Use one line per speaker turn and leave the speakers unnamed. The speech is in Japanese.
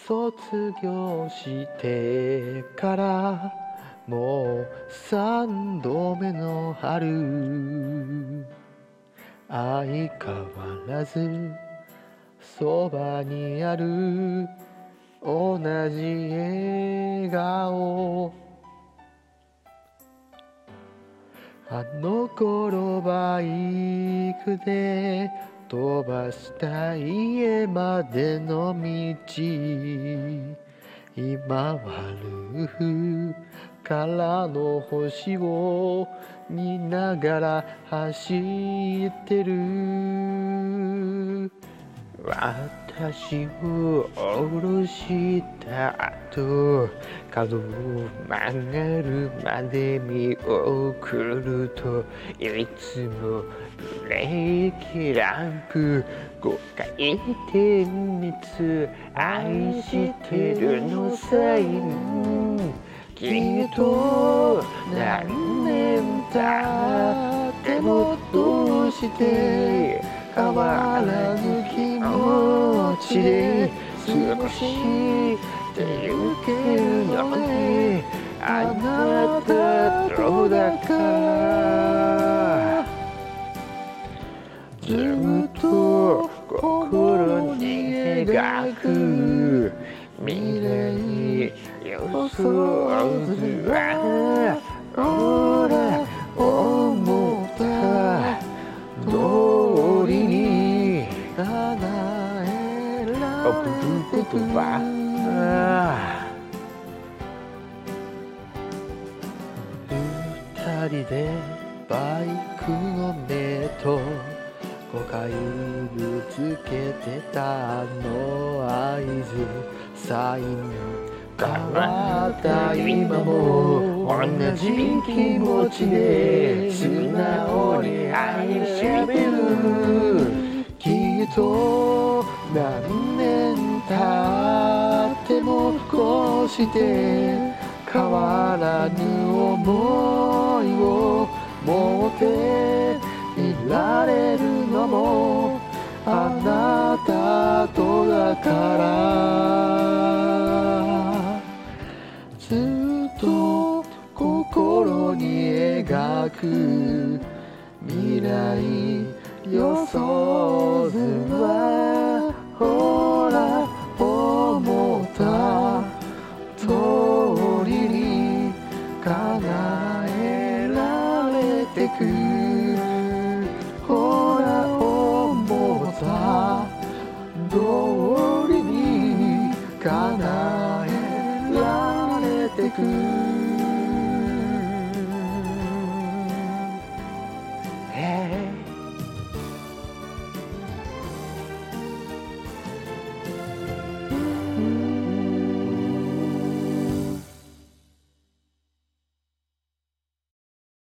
卒業してからもう3度目の春、相変わらずそばにある同じ笑顔、あの頃バイクで飛ばした家までの道、今はルーフからの星を見ながら走ってる。私を降ろした後、角を曲がるまで見送ると、いつもブレーキランプ5回転3つ愛してるのさえ、きっと何年経ってもどうして変わらぬ気持ちで過ごしてゆけるのね、あなたとだから。ずっと心に描く未来予想図は、ほら思った通りに叶えられてく。二人でバイクの目と5回ぶつけてたの合図、サイン変わった今も同じ気持ちで素直に愛してる。きっと何年経ってもこうして変わらぬ想いを持っていられるのもあなたとだから。ずっと心に描く未来予想図は、ほら思った通りに叶えられてく。ほら思った通りに叶えられてく。